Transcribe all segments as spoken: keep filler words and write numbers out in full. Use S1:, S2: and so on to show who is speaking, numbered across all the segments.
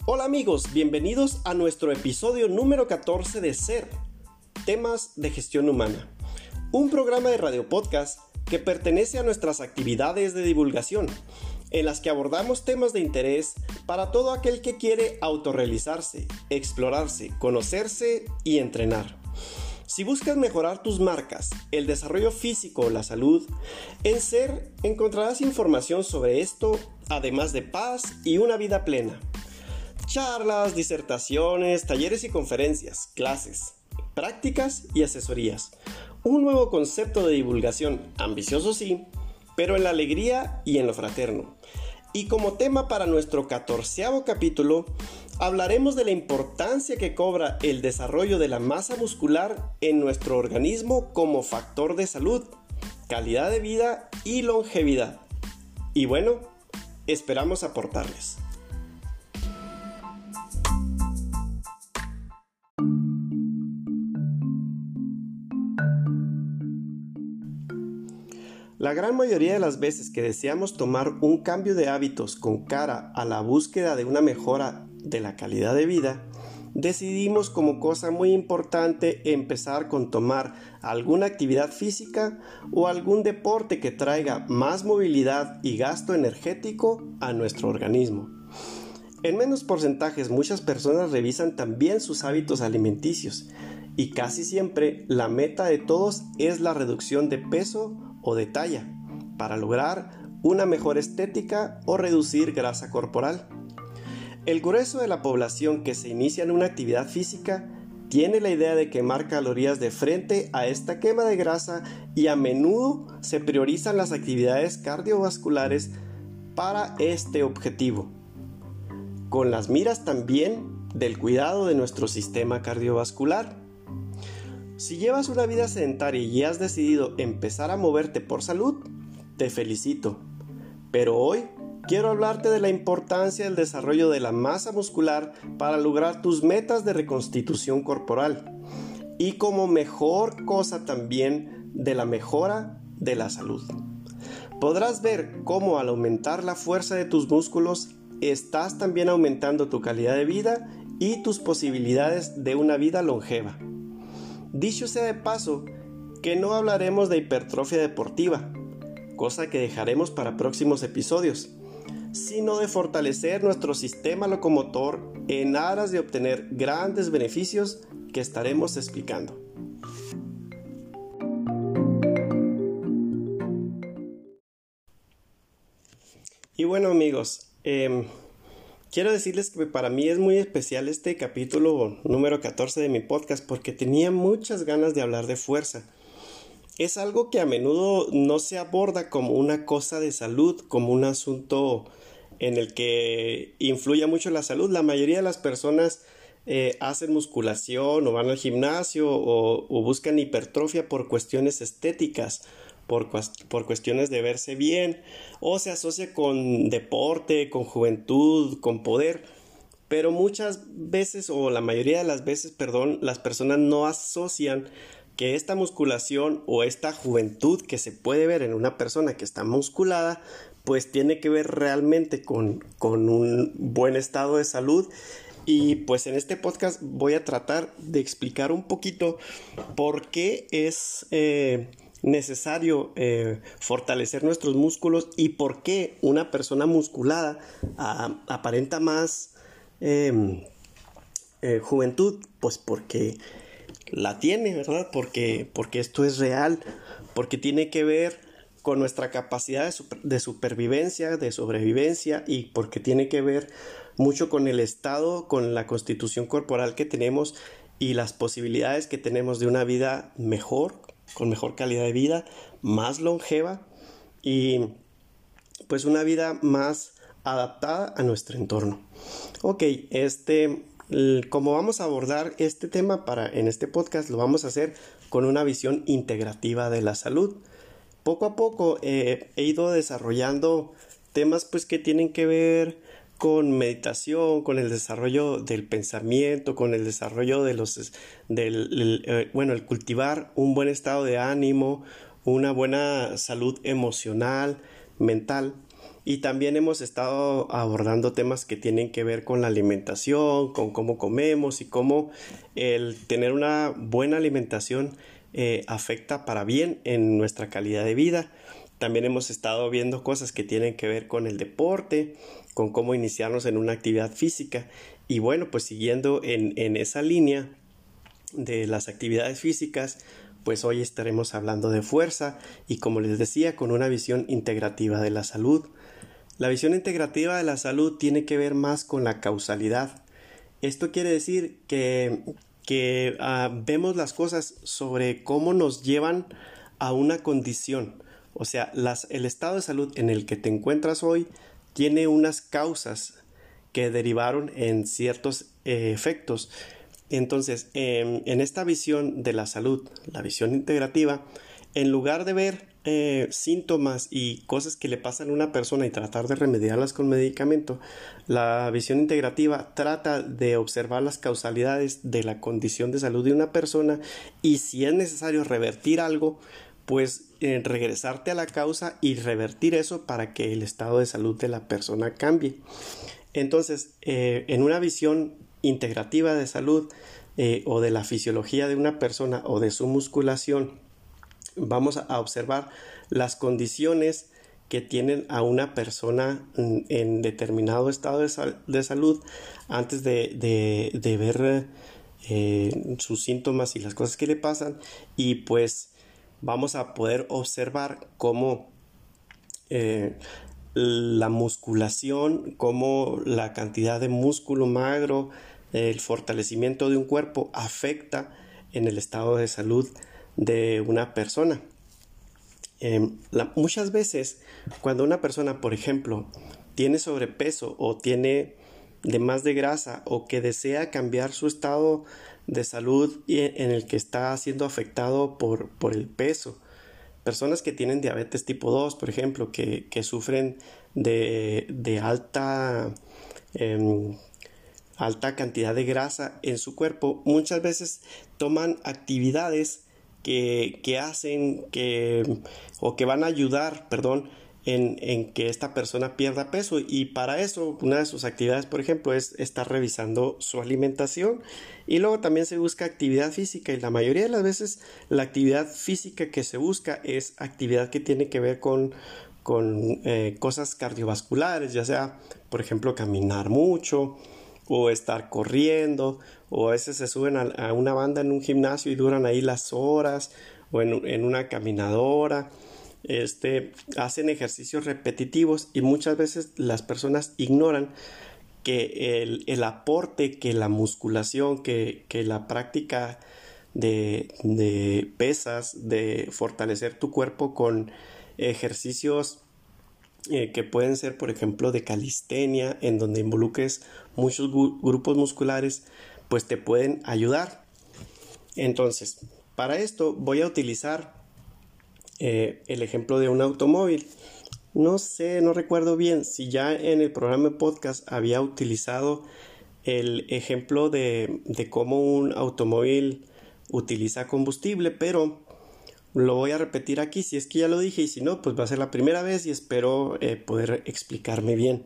S1: Hola amigos, bienvenidos a nuestro episodio número catorce de SER, Temas de Gestión Humana, un programa de radio podcast que pertenece a nuestras actividades de divulgación, en las que abordamos temas de interés para todo aquel que quiere autorrealizarse, explorarse, conocerse y entrenar. Si buscas mejorar tus marcas, el desarrollo físico o la salud, en SER encontrarás información sobre esto, además de paz y una vida plena. Charlas, disertaciones, talleres y conferencias, clases, prácticas y asesorías. Un nuevo concepto de divulgación, ambicioso sí, pero en la alegría y en lo fraterno. Y como tema para nuestro catorceavo capítulo, hablaremos de la importancia que cobra el desarrollo de la masa muscular en nuestro organismo como factor de salud, calidad de vida y longevidad. Y bueno, esperamos aportarles. La gran mayoría de las veces que deseamos tomar un cambio de hábitos con cara a la búsqueda de una mejora de la calidad de vida, decidimos como cosa muy importante empezar con tomar alguna actividad física o algún deporte que traiga más movilidad y gasto energético a nuestro organismo. En menos porcentajes muchas personas revisan también sus hábitos alimenticios y casi siempre la meta de todos es la reducción de peso o de talla, para lograr una mejor estética o reducir grasa corporal. El grueso de la población que se inicia en una actividad física tiene la idea de quemar calorías de frente a esta quema de grasa y a menudo se priorizan las actividades cardiovasculares para este objetivo, con las miras también del cuidado de nuestro sistema cardiovascular. Si llevas una vida sedentaria y has decidido empezar a moverte por salud, te felicito. Pero hoy quiero hablarte de la importancia del desarrollo de la masa muscular para lograr tus metas de reconstitución corporal y como mejor cosa también de la mejora de la salud. Podrás ver cómo al aumentar la fuerza de tus músculos estás también aumentando tu calidad de vida y tus posibilidades de una vida longeva. Dicho sea de paso, que no hablaremos de hipertrofia deportiva, cosa que dejaremos para próximos episodios, sino de fortalecer nuestro sistema locomotor en aras de obtener grandes beneficios que estaremos explicando. Y bueno amigos, eh, quiero decirles que para mí es muy especial este capítulo número catorce de mi podcast porque tenía muchas ganas de hablar de fuerza. Es algo que a menudo no se aborda como una cosa de salud, como un asunto en el que influye mucho la salud. La mayoría de las personas eh, hacen musculación o van al gimnasio o, o buscan hipertrofia por cuestiones estéticas, por, por cuestiones de verse bien, o se asocia con deporte, con juventud, con poder. Pero muchas veces, o la mayoría de las veces, perdón, las personas no asocian que esta musculación o esta juventud que se puede ver en una persona que está musculada, pues tiene que ver realmente con, con un buen estado de salud. Y pues en este podcast voy a tratar de explicar un poquito por qué es eh, necesario eh, fortalecer nuestros músculos y por qué una persona musculada a, aparenta más eh, eh, juventud, pues porque la tiene, ¿verdad? Porque, porque esto es real, porque tiene que ver con nuestra capacidad de, super, de supervivencia, de sobrevivencia, y porque tiene que ver mucho con el estado, con la constitución corporal que tenemos y las posibilidades que tenemos de una vida mejor, con mejor calidad de vida, más longeva y pues una vida más adaptada a nuestro entorno. Ok, este... como vamos a abordar este tema para, en este podcast, lo vamos a hacer con una visión integrativa de la salud. Poco a poco eh, he ido desarrollando temas pues, que tienen que ver con meditación, con el desarrollo del pensamiento, con el desarrollo de los, del, el, eh, bueno, el cultivar un buen estado de ánimo, una buena salud emocional, mental. Y también hemos estado abordando temas que tienen que ver con la alimentación, con cómo comemos y cómo el tener una buena alimentación eh, afecta para bien en nuestra calidad de vida. También hemos estado viendo cosas que tienen que ver con el deporte, con cómo iniciarnos en una actividad física. Y bueno, pues siguiendo en, en esa línea de las actividades físicas, pues hoy estaremos hablando de fuerza y, como les decía, con una visión integrativa de la salud. La visión integrativa de la salud tiene que ver más con la causalidad. Esto quiere decir que, que uh, vemos las cosas sobre cómo nos llevan a una condición. O sea, las, el estado de salud en el que te encuentras hoy tiene unas causas que derivaron en ciertos eh, efectos. Entonces, eh, en esta visión de la salud, la visión integrativa, en lugar de ver eh, síntomas y cosas que le pasan a una persona y tratar de remediarlas con medicamento, la visión integrativa trata de observar las causalidades de la condición de salud de una persona y, si es necesario revertir algo, pues eh, regresarte a la causa y revertir eso para que el estado de salud de la persona cambie. Entonces, eh, en una visión integrativa de salud eh, o de la fisiología de una persona o de su musculación, vamos a observar las condiciones que tienen a una persona en, en determinado estado de, sal, de salud antes de, de, de ver eh, sus síntomas y las cosas que le pasan, y pues vamos a poder observar cómo eh, la musculación, cómo la cantidad de músculo magro, el fortalecimiento de un cuerpo afecta en el estado de salud de una persona. Eh, la, muchas veces cuando una persona, por ejemplo, tiene sobrepeso o tiene de más de grasa o que desea cambiar su estado de salud en el que está siendo afectado por, por el peso, personas que tienen diabetes tipo dos, por ejemplo, que, que sufren de, de alta, eh, alta cantidad de grasa en su cuerpo, muchas veces toman actividades que, que hacen que, o que van a ayudar, perdón, en, en que esta persona pierda peso, y para eso una de sus actividades, por ejemplo, es estar revisando su alimentación, y luego también se busca actividad física, y la mayoría de las veces la actividad física que se busca es actividad que tiene que ver con, con eh, cosas cardiovasculares, ya sea, por ejemplo, caminar mucho o estar corriendo, o a veces se suben a, a una banda en un gimnasio y duran ahí las horas, o en, en una caminadora. Este, hacen ejercicios repetitivos, y muchas veces las personas ignoran que el, el aporte que la musculación, que, que la práctica de, de pesas, de fortalecer tu cuerpo con ejercicios eh, que pueden ser, por ejemplo, de calistenia, en donde involucres muchos gu- grupos musculares, pues te pueden ayudar. Entonces, para esto voy a utilizar Eh, el ejemplo de un automóvil. No sé, no recuerdo bien si ya en el programa de podcast había utilizado el ejemplo de, de cómo un automóvil utiliza combustible, pero lo voy a repetir aquí si es que ya lo dije, y si no, pues va a ser la primera vez y espero eh, poder explicarme bien.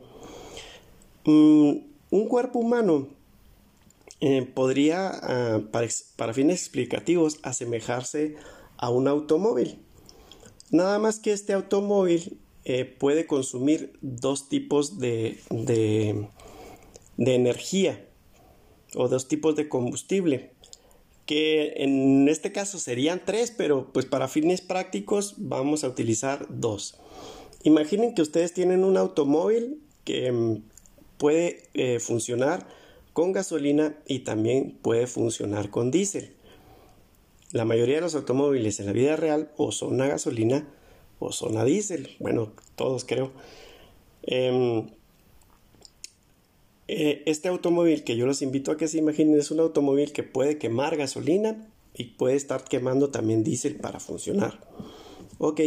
S1: Mm, un cuerpo humano eh, podría, uh, para, para fines explicativos, asemejarse a un automóvil. Nada más que este automóvil eh, puede consumir dos tipos de, de, de energía, o dos tipos de combustible, que en este caso serían tres, pero pues para fines prácticos vamos a utilizar dos. Imaginen que ustedes tienen un automóvil que um, puede eh, funcionar con gasolina y también puede funcionar con diésel. La mayoría de los automóviles en la vida real o son a gasolina o son a diésel. Bueno, todos creo. Eh, eh, este automóvil que yo los invito a que se imaginen es un automóvil que puede quemar gasolina y puede estar quemando también diésel para funcionar. Ok.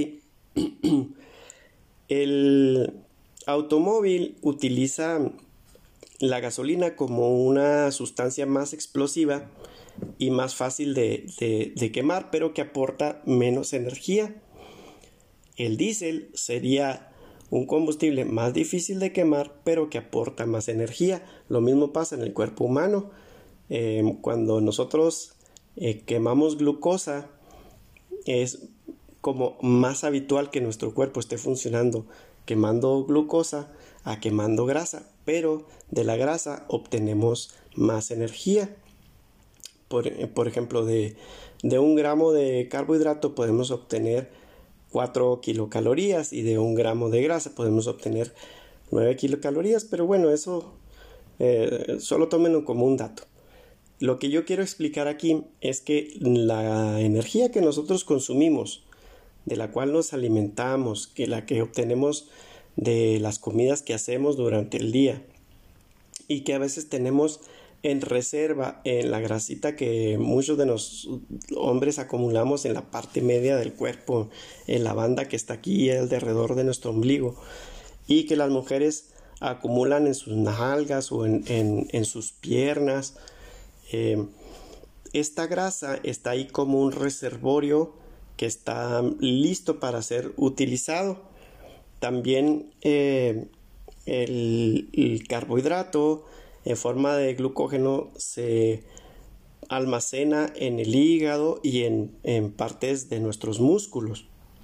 S1: El automóvil utiliza la gasolina como una sustancia más explosiva y más fácil de, de, de quemar, pero que aporta menos energía. El diésel sería un combustible más difícil de quemar, pero que aporta más energía. Lo mismo pasa en el cuerpo humano. Eh, cuando nosotros eh, quemamos glucosa, es como más habitual que nuestro cuerpo esté funcionando quemando glucosa a quemando grasa, pero de la grasa obtenemos más energía. Por, por ejemplo, de, de un gramo de carbohidrato podemos obtener cuatro kilocalorías y de un gramo de grasa podemos obtener nueve kilocalorías, pero bueno, eso eh, solo tómenlo como un dato. Lo que yo quiero explicar aquí es que la energía que nosotros consumimos, de la cual nos alimentamos, que la que obtenemos de las comidas que hacemos durante el día y que a veces tenemos en reserva en la grasita que muchos de los hombres acumulamos en la parte media del cuerpo, en la banda que está aquí alrededor de nuestro ombligo, y que las mujeres acumulan en sus nalgas o en, en, en sus piernas. Eh, esta grasa está ahí como un reservorio que está listo para ser utilizado. También eh, el, el carbohidrato en forma de glucógeno se almacena en el hígado y en, en partes de nuestros músculos.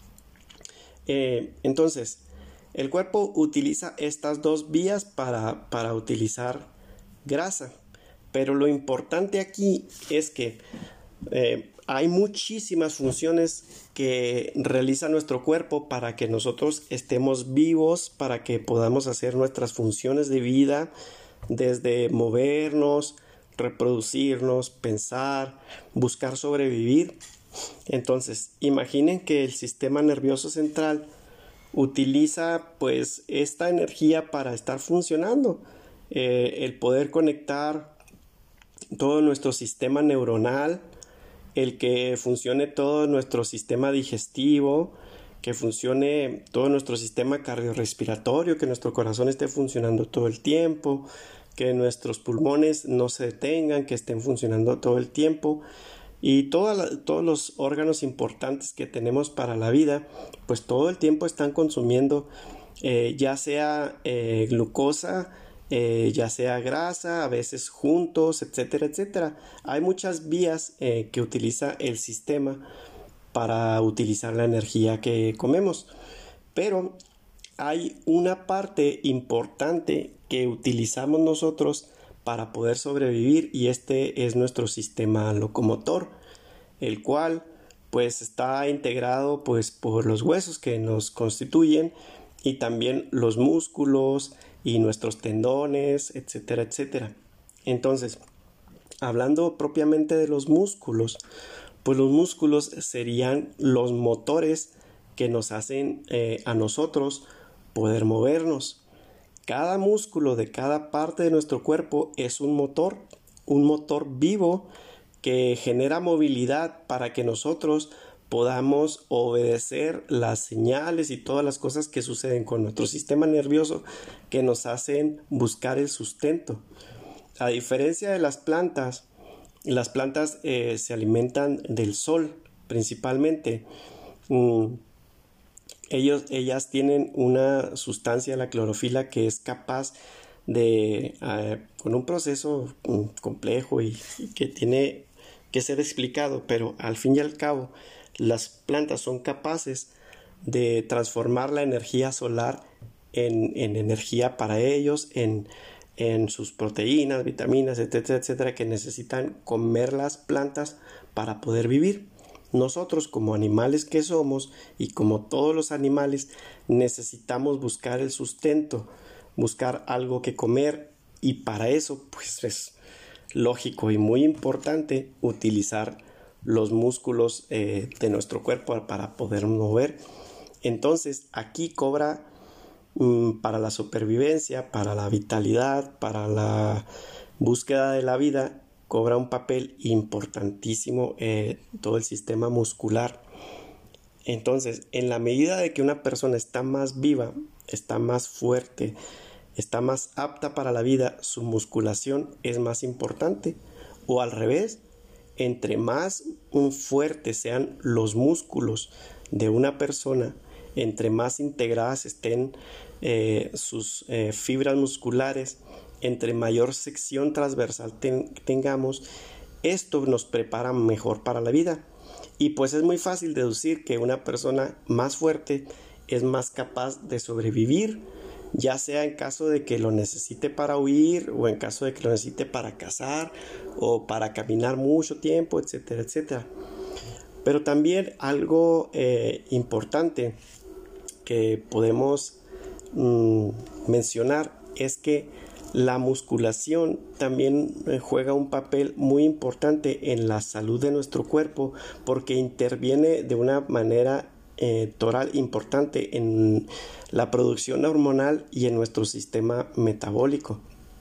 S1: Eh, entonces, el cuerpo utiliza estas dos vías para, para utilizar grasa. Pero lo importante aquí es que eh, hay muchísimas funciones que realiza nuestro cuerpo para que nosotros estemos vivos, para que podamos hacer nuestras funciones de vida, desde movernos, reproducirnos, pensar, buscar sobrevivir. Entonces, imaginen que el sistema nervioso central utiliza pues esta energía para estar funcionando, eh, el poder conectar todo nuestro sistema neuronal, el que funcione todo nuestro sistema digestivo, que funcione todo nuestro sistema cardiorrespiratorio, que nuestro corazón esté funcionando todo el tiempo, que nuestros pulmones no se detengan, que estén funcionando todo el tiempo, y toda la, todos los órganos importantes que tenemos para la vida, pues todo el tiempo están consumiendo eh, ya sea eh, glucosa, Eh, ya sea grasa, a veces juntos, etcétera, etcétera. Hay muchas vías eh, que utiliza el sistema para utilizar la energía que comemos, pero hay una parte importante que utilizamos nosotros para poder sobrevivir, y este es nuestro sistema locomotor, el cual pues está integrado pues por los huesos que nos constituyen y también los músculos y nuestros tendones, etcétera, etcétera. Entonces, hablando propiamente de los músculos, pues los músculos serían los motores que nos hacen eh, a nosotros poder movernos. Cada músculo de cada parte de nuestro cuerpo es un motor, un motor vivo que genera movilidad para que nosotros podamos obedecer las señales y todas las cosas que suceden con nuestro sistema nervioso que nos hacen buscar el sustento. A diferencia de las plantas, las plantas eh, se alimentan del sol principalmente. Mm, ellos, ellas tienen una sustancia, la clorofila, que es capaz de, eh, con un proceso mm, complejo y, y que tiene que ser explicado, pero al fin y al cabo, las plantas son capaces de transformar la energía solar en, en energía para ellos, en, en sus proteínas, vitaminas, etcétera, etcétera, que necesitan comer las plantas para poder vivir. Nosotros, como animales que somos, y como todos los animales, necesitamos buscar el sustento, buscar algo que comer, y para eso pues es lógico y muy importante utilizar los músculos eh, de nuestro cuerpo para poder mover. Entonces aquí cobra um, para la supervivencia, para la vitalidad, para la búsqueda de la vida, cobra un papel importantísimo eh, todo el sistema muscular. Entonces, en la medida de que una persona está más viva, está más fuerte, está más apta para la vida, su musculación es más importante, o al revés. Entre más fuertes sean los músculos de una persona entre más integradas estén eh, sus eh, fibras musculares, entre mayor sección transversal ten- tengamos, esto nos prepara mejor para la vida. Y pues es muy fácil deducir que una persona más fuerte es más capaz de sobrevivir, ya sea en caso de que lo necesite para huir o en caso de que lo necesite para cazar o para caminar mucho tiempo, etcétera, etcétera. Pero también algo eh, importante que podemos mm, mencionar es que la musculación también eh, juega un papel muy importante en la salud de nuestro cuerpo, porque interviene de una manera eh, toral importante en la producción hormonal y en nuestro sistema metabólico.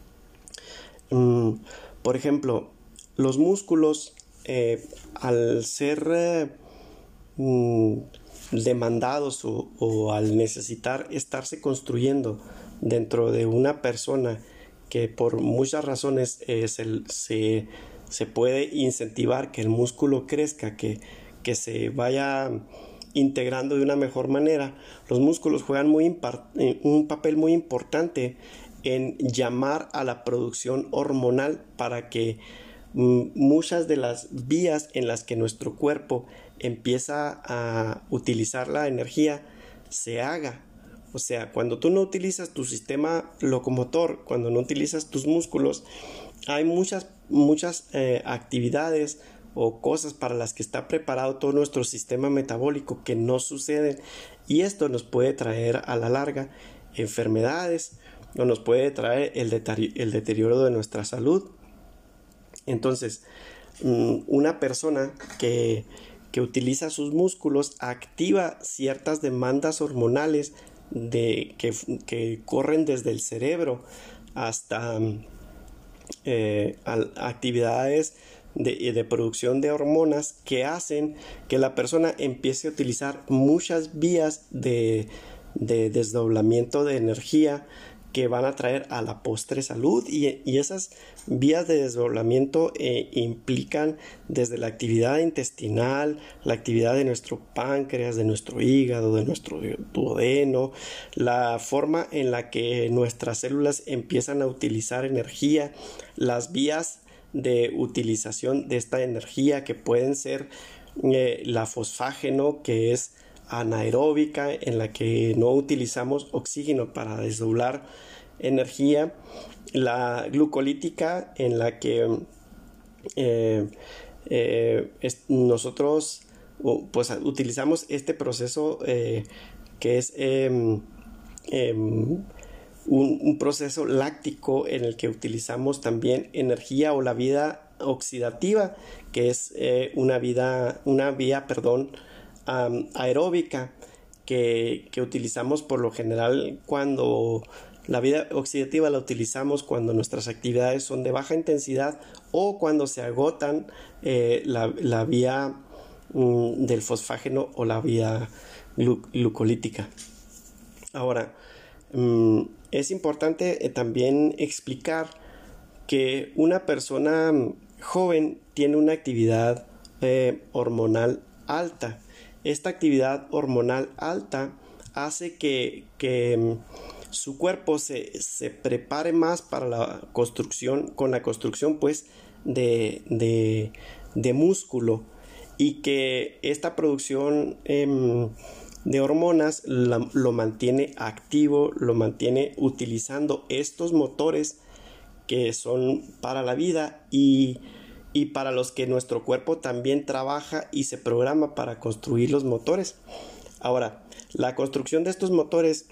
S1: Mm, por ejemplo, los músculos eh, al ser eh, mm, demandados o, o al necesitar estarse construyendo dentro de una persona que por muchas razones eh, se, se, se puede incentivar que el músculo crezca, que, que se vaya integrando de una mejor manera, los músculos juegan muy impar- un papel muy importante en llamar a la producción hormonal para que mm, muchas de las vías en las que nuestro cuerpo empieza a utilizar la energía se haga. O sea, cuando tú no utilizas tu sistema locomotor, cuando no utilizas tus músculos, hay muchas, muchas eh, actividades o cosas para las que está preparado todo nuestro sistema metabólico que no suceden, y esto nos puede traer a la larga enfermedades o nos puede traer el, deteri- el deterioro de nuestra salud. Entonces, una persona que, que utiliza sus músculos activa ciertas demandas hormonales de, que, que corren desde el cerebro hasta eh, actividades de, de producción de hormonas que hacen que la persona empiece a utilizar muchas vías de, de desdoblamiento de energía que van a traer a la postre salud, y, y esas vías de desdoblamiento eh, implican desde la actividad intestinal, la actividad de nuestro páncreas, de nuestro hígado, de nuestro duodeno, la forma en la que nuestras células empiezan a utilizar energía, las vías de utilización de esta energía que pueden ser eh, la fosfágeno, que es anaeróbica, en la que no utilizamos oxígeno para desdoblar energía, la glucolítica, en la que eh, eh, es, nosotros pues utilizamos este proceso eh, que es eh, eh, un, un proceso láctico en el que utilizamos también energía o la vida oxidativa, que es eh, una vida una vía perdón Um, aeróbica que, que utilizamos por lo general cuando la vida oxidativa la utilizamos cuando nuestras actividades son de baja intensidad o cuando se agotan eh, la, la vía um, del fosfágeno o la vía glu glucolítica. Ahora, um, es importante eh, también explicar que una persona joven tiene una actividad eh, hormonal alta. Esta actividad hormonal alta hace que, que su cuerpo se, se prepare más para la construcción, con la construcción pues de, de, de músculo, y que esta producción eh, de hormonas la, lo mantiene activo, lo mantiene utilizando estos motores que son para la vida y y para los que nuestro cuerpo también trabaja y se programa para construir los motores. Ahora, la construcción de estos motores,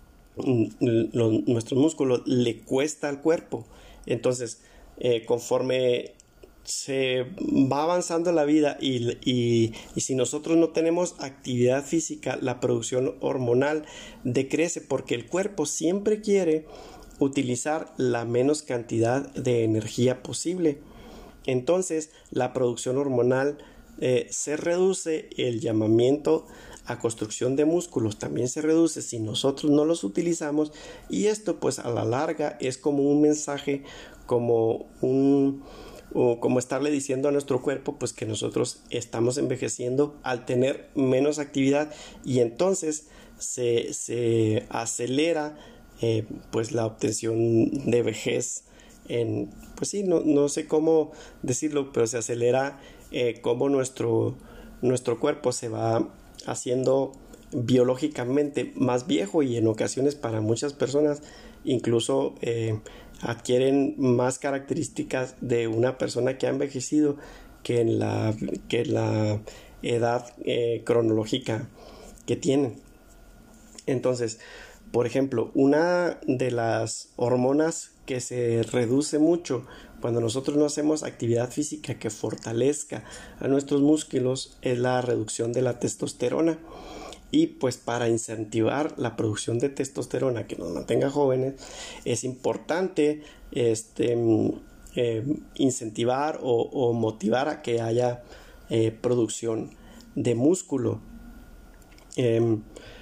S1: los, nuestros músculos, le cuesta al cuerpo. Entonces, eh, conforme se va avanzando la vida y, y, y si nosotros no tenemos actividad física, la producción hormonal decrece, porque el cuerpo siempre quiere utilizar la menos cantidad de energía posible. Entonces la producción hormonal eh, se reduce, el llamamiento a construcción de músculos también se reduce si nosotros no los utilizamos, y esto pues a la larga es como un mensaje, como un o como estarle diciendo a nuestro cuerpo pues que nosotros estamos envejeciendo al tener menos actividad, y entonces se, se acelera eh, pues la obtención de vejez en, pues sí, no, no sé cómo decirlo, pero se acelera eh, cómo nuestro, nuestro cuerpo se va haciendo biológicamente más viejo, y en ocasiones para muchas personas incluso eh, adquieren más características de una persona que ha envejecido que en la, que en la edad eh, cronológica que tienen. Entonces, por ejemplo, una de las hormonas que se reduce mucho cuando nosotros no hacemos actividad física que fortalezca a nuestros músculos es la reducción de la testosterona. Y pues para incentivar la producción de testosterona que nos mantenga jóvenes, es importante este, eh, incentivar o, o motivar a que haya eh, producción de músculo. Eh,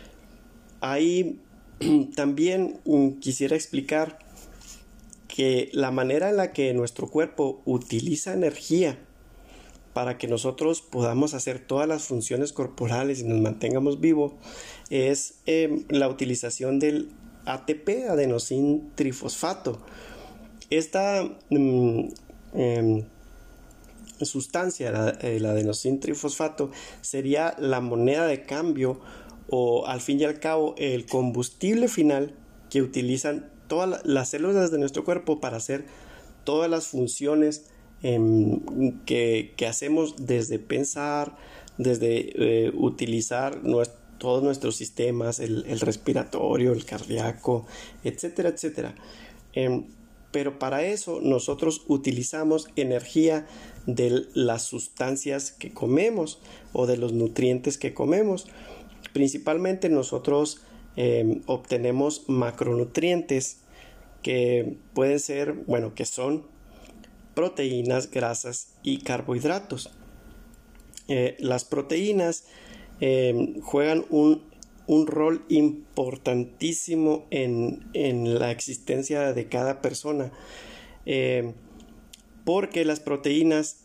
S1: ahí también quisiera explicar que la manera en la que nuestro cuerpo utiliza energía para que nosotros podamos hacer todas las funciones corporales y nos mantengamos vivos es eh, la utilización del A T P, adenosín trifosfato. Esta mm, eh, sustancia, la, el adenosín trifosfato, sería la moneda de cambio, o al fin y al cabo el combustible final que utilizan todas las células de nuestro cuerpo para hacer todas las funciones eh, que, que hacemos, desde pensar, desde eh, utilizar nuestro, todos nuestros sistemas, el, el respiratorio, el cardíaco, etcétera, etcétera. Eh, pero para eso nosotros utilizamos energía de las sustancias que comemos o de los nutrientes que comemos. Principalmente nosotros eh, obtenemos macronutrientes que pueden ser, bueno, que son proteínas, grasas y carbohidratos. Eh, las proteínas eh, juegan un, un rol importantísimo en, en la existencia de cada persona, eh, porque las proteínas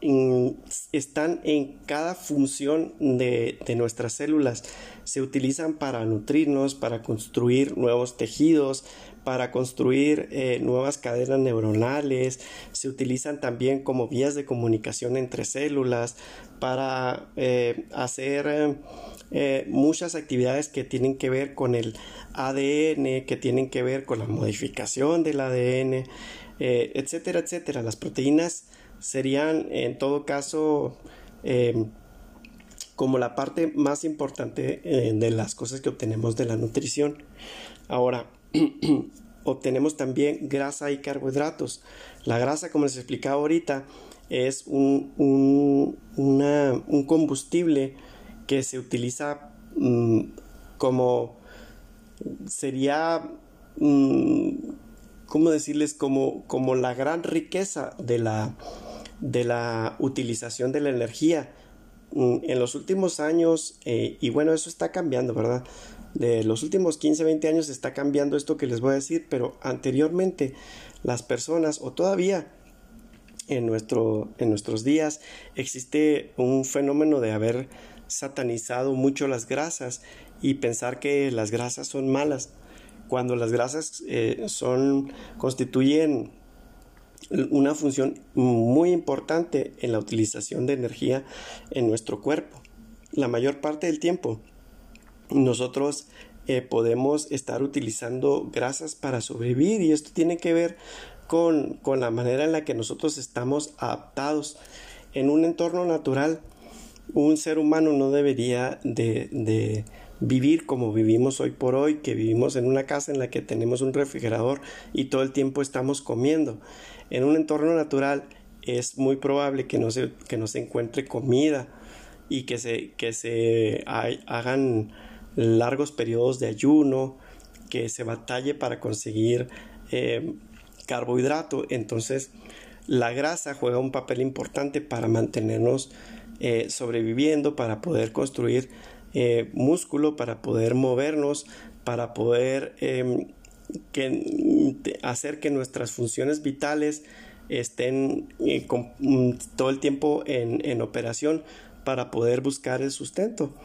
S1: están en cada función de, de nuestras células. Se utilizan para nutrirnos, para construir nuevos tejidos, para construir eh, nuevas cadenas neuronales. Se utilizan también como vías de comunicación entre células, para eh, hacer eh, muchas actividades que tienen que ver con el A D N, que tienen que ver con la modificación del A D N, eh, etcétera, etcétera. Las proteínas serían en todo caso eh, como la parte más importante eh, de las cosas que obtenemos de la nutrición. Ahora, obtenemos también grasa y carbohidratos. La grasa, como les explicaba ahorita, es un, un, una, un combustible que se utiliza mmm, como sería mmm, ¿cómo decirles? Como, como la gran riqueza de la de la utilización de la energía en los últimos años, eh, y bueno, eso está cambiando, ¿verdad? De los últimos quince, veinte años está cambiando esto que les voy a decir, pero anteriormente las personas, o todavía en, nuestro, en nuestros días, existe un fenómeno de haber satanizado mucho las grasas y pensar que las grasas son malas, cuando las grasas eh, son, constituyen una función muy importante en la utilización de energía en nuestro cuerpo. La mayor parte del tiempo nosotros eh, podemos estar utilizando grasas para sobrevivir, y esto tiene que ver con, con la manera en la que nosotros estamos adaptados. En un entorno natural, un ser humano no debería de, de vivir como vivimos hoy por hoy, que vivimos en una casa en la que tenemos un refrigerador y todo el tiempo estamos comiendo. En un entorno natural es muy probable que no se, que no se encuentre comida y que se, que se hagan largos periodos de ayuno, que se batalle para conseguir eh, carbohidrato. Entonces la grasa juega un papel importante para mantenernos eh, sobreviviendo, para poder construir eh, músculo, para poder movernos, para poder eh, que, hacer que nuestras funciones vitales estén eh, con, todo el tiempo en, en operación, para poder buscar el sustento.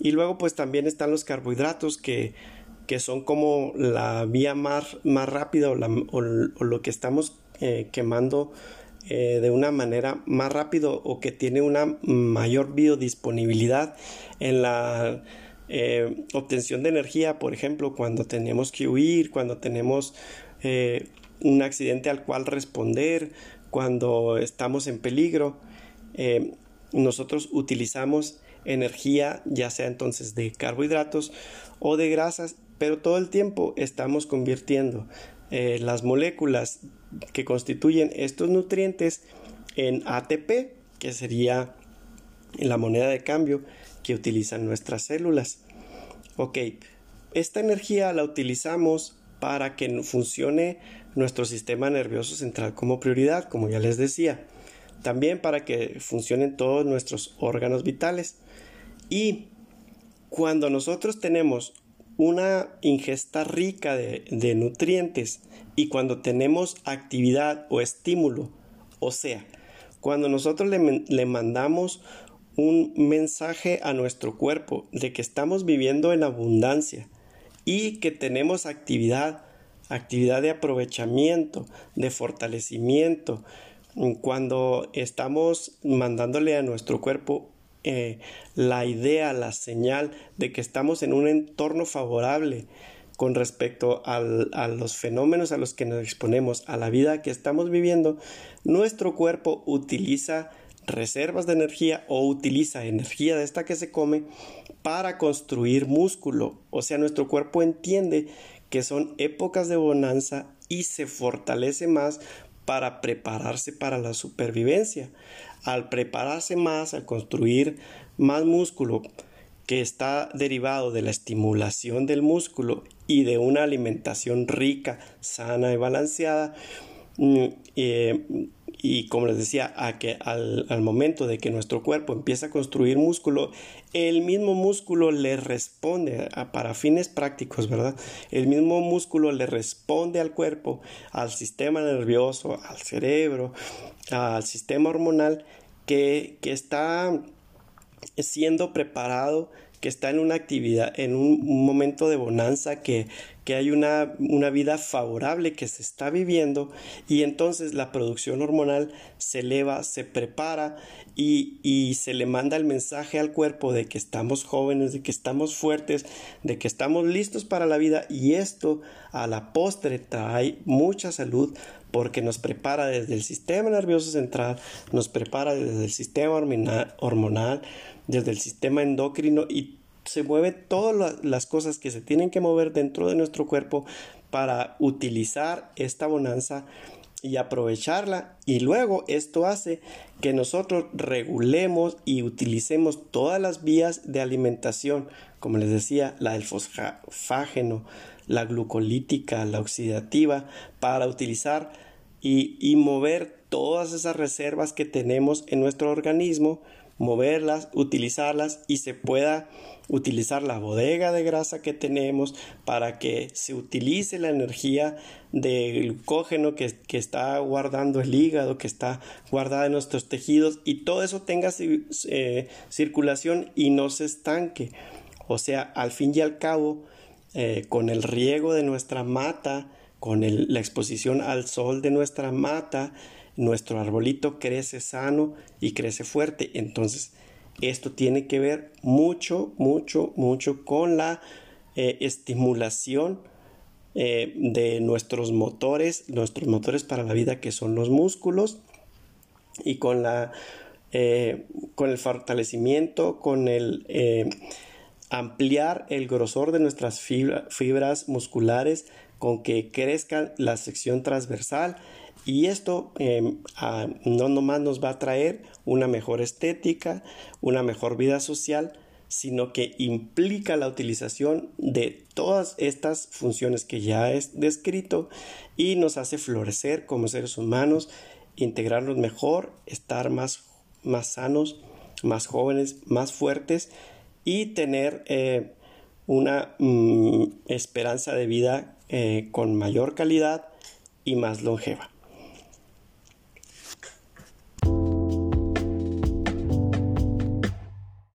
S1: Y luego pues también están los carbohidratos que, que son como la vía más, más rápida o, la, o, o lo que estamos eh, quemando eh, de una manera más rápido o que tiene una mayor biodisponibilidad en la eh, obtención de energía. Por ejemplo, cuando tenemos que huir, cuando tenemos eh, un accidente al cual responder, cuando estamos en peligro, eh, nosotros utilizamos energía, ya sea entonces de carbohidratos o de grasas, pero todo el tiempo estamos convirtiendo eh, las moléculas que constituyen estos nutrientes en A T P, que sería la moneda de cambio que utilizan nuestras células. Ok, esta energía la utilizamos para que funcione nuestro sistema nervioso central como prioridad, como ya les decía. También para que funcionen todos nuestros órganos vitales. Y cuando nosotros tenemos una ingesta rica de, de nutrientes y cuando tenemos actividad o estímulo, o sea, cuando nosotros le, le mandamos un mensaje a nuestro cuerpo de que estamos viviendo en abundancia y que tenemos actividad, actividad de aprovechamiento, de fortalecimiento, cuando estamos mandándole a nuestro cuerpo eh, la idea, la señal de que estamos en un entorno favorable con respecto al, a los fenómenos a los que nos exponemos, a la vida que estamos viviendo, nuestro cuerpo utiliza reservas de energía o utiliza energía de esta que se come para construir músculo. O sea, nuestro cuerpo entiende que son épocas de bonanza y se fortalece más para prepararse para la supervivencia. Al prepararse más, al construir más músculo que está derivado de la estimulación del músculo y de una alimentación rica, sana y balanceada, eh, y como les decía, a que al, al momento de que nuestro cuerpo empieza a construir músculo, el mismo músculo le responde a, para fines prácticos, ¿verdad? El mismo músculo le responde al cuerpo, al sistema nervioso, al cerebro, al sistema hormonal que, que está siendo preparado, que está en una actividad, en un, un momento de bonanza, que, que hay una, una vida favorable que se está viviendo, y entonces la producción hormonal se eleva, se prepara y, y se le manda el mensaje al cuerpo de que estamos jóvenes, de que estamos fuertes, de que estamos listos para la vida, y esto a la postre trae mucha salud porque nos prepara desde el sistema nervioso central, nos prepara desde el sistema hormonal, hormonal desde el sistema endocrino, y se mueve todas las cosas que se tienen que mover dentro de nuestro cuerpo para utilizar esta bonanza y aprovecharla, y luego esto hace que nosotros regulemos y utilicemos todas las vías de alimentación, como les decía, la del fosfágeno, la glucolítica, la oxidativa, para utilizar y, y mover todas esas reservas que tenemos en nuestro organismo, moverlas, utilizarlas, y se pueda utilizar la bodega de grasa que tenemos para que se utilice la energía de glucógeno que, que está guardando el hígado, que está guardada en nuestros tejidos, y todo eso tenga eh, circulación y no se estanque. O sea, al fin y al cabo, eh, con el riego de nuestra mata, con el, la exposición al sol de nuestra mata, nuestro arbolito crece sano y crece fuerte. Entonces, esto tiene que ver mucho, mucho, mucho con la eh, estimulación eh, de nuestros motores, nuestros motores para la vida, que son los músculos, y con la eh, con el fortalecimiento, con el eh, ampliar el grosor de nuestras fibra, fibras musculares, con que crezca la sección transversal. Y esto eh, a, no nomás nos va a traer una mejor estética, una mejor vida social, sino que implica la utilización de todas estas funciones que ya he descrito, y nos hace florecer como seres humanos, integrarnos mejor, estar más, más sanos, más jóvenes, más fuertes, y tener eh, una mm, esperanza de vida eh, con mayor calidad y más longeva.